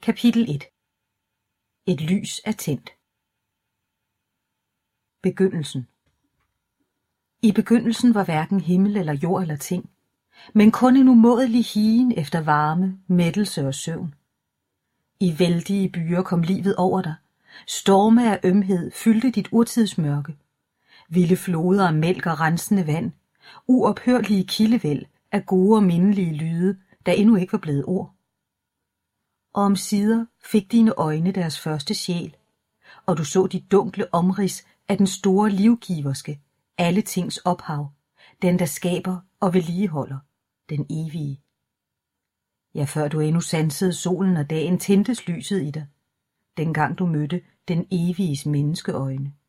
Kapitel 1. Et lys er tændt. Begyndelsen. I begyndelsen var hverken himmel eller jord eller ting, men kun en umådelig higen efter varme, mættelse og søvn. I vældige byer kom livet over dig. Storme af ømhed fyldte dit urtidsmørke. Vilde floder af mælk og rensende vand, uophørlige kildevæld af gode og mindelige lyde, der endnu ikke var blevet ord. Og omsider fik dine øjne deres første sjæl, og du så de dunkle omrids af den store livgiverske, alle tings ophav, den der skaber og vedligeholder, den evige. Ja, før du endnu sansede solen og dagen, tændtes lyset i dig, dengang du mødte den eviges menneskeøjne.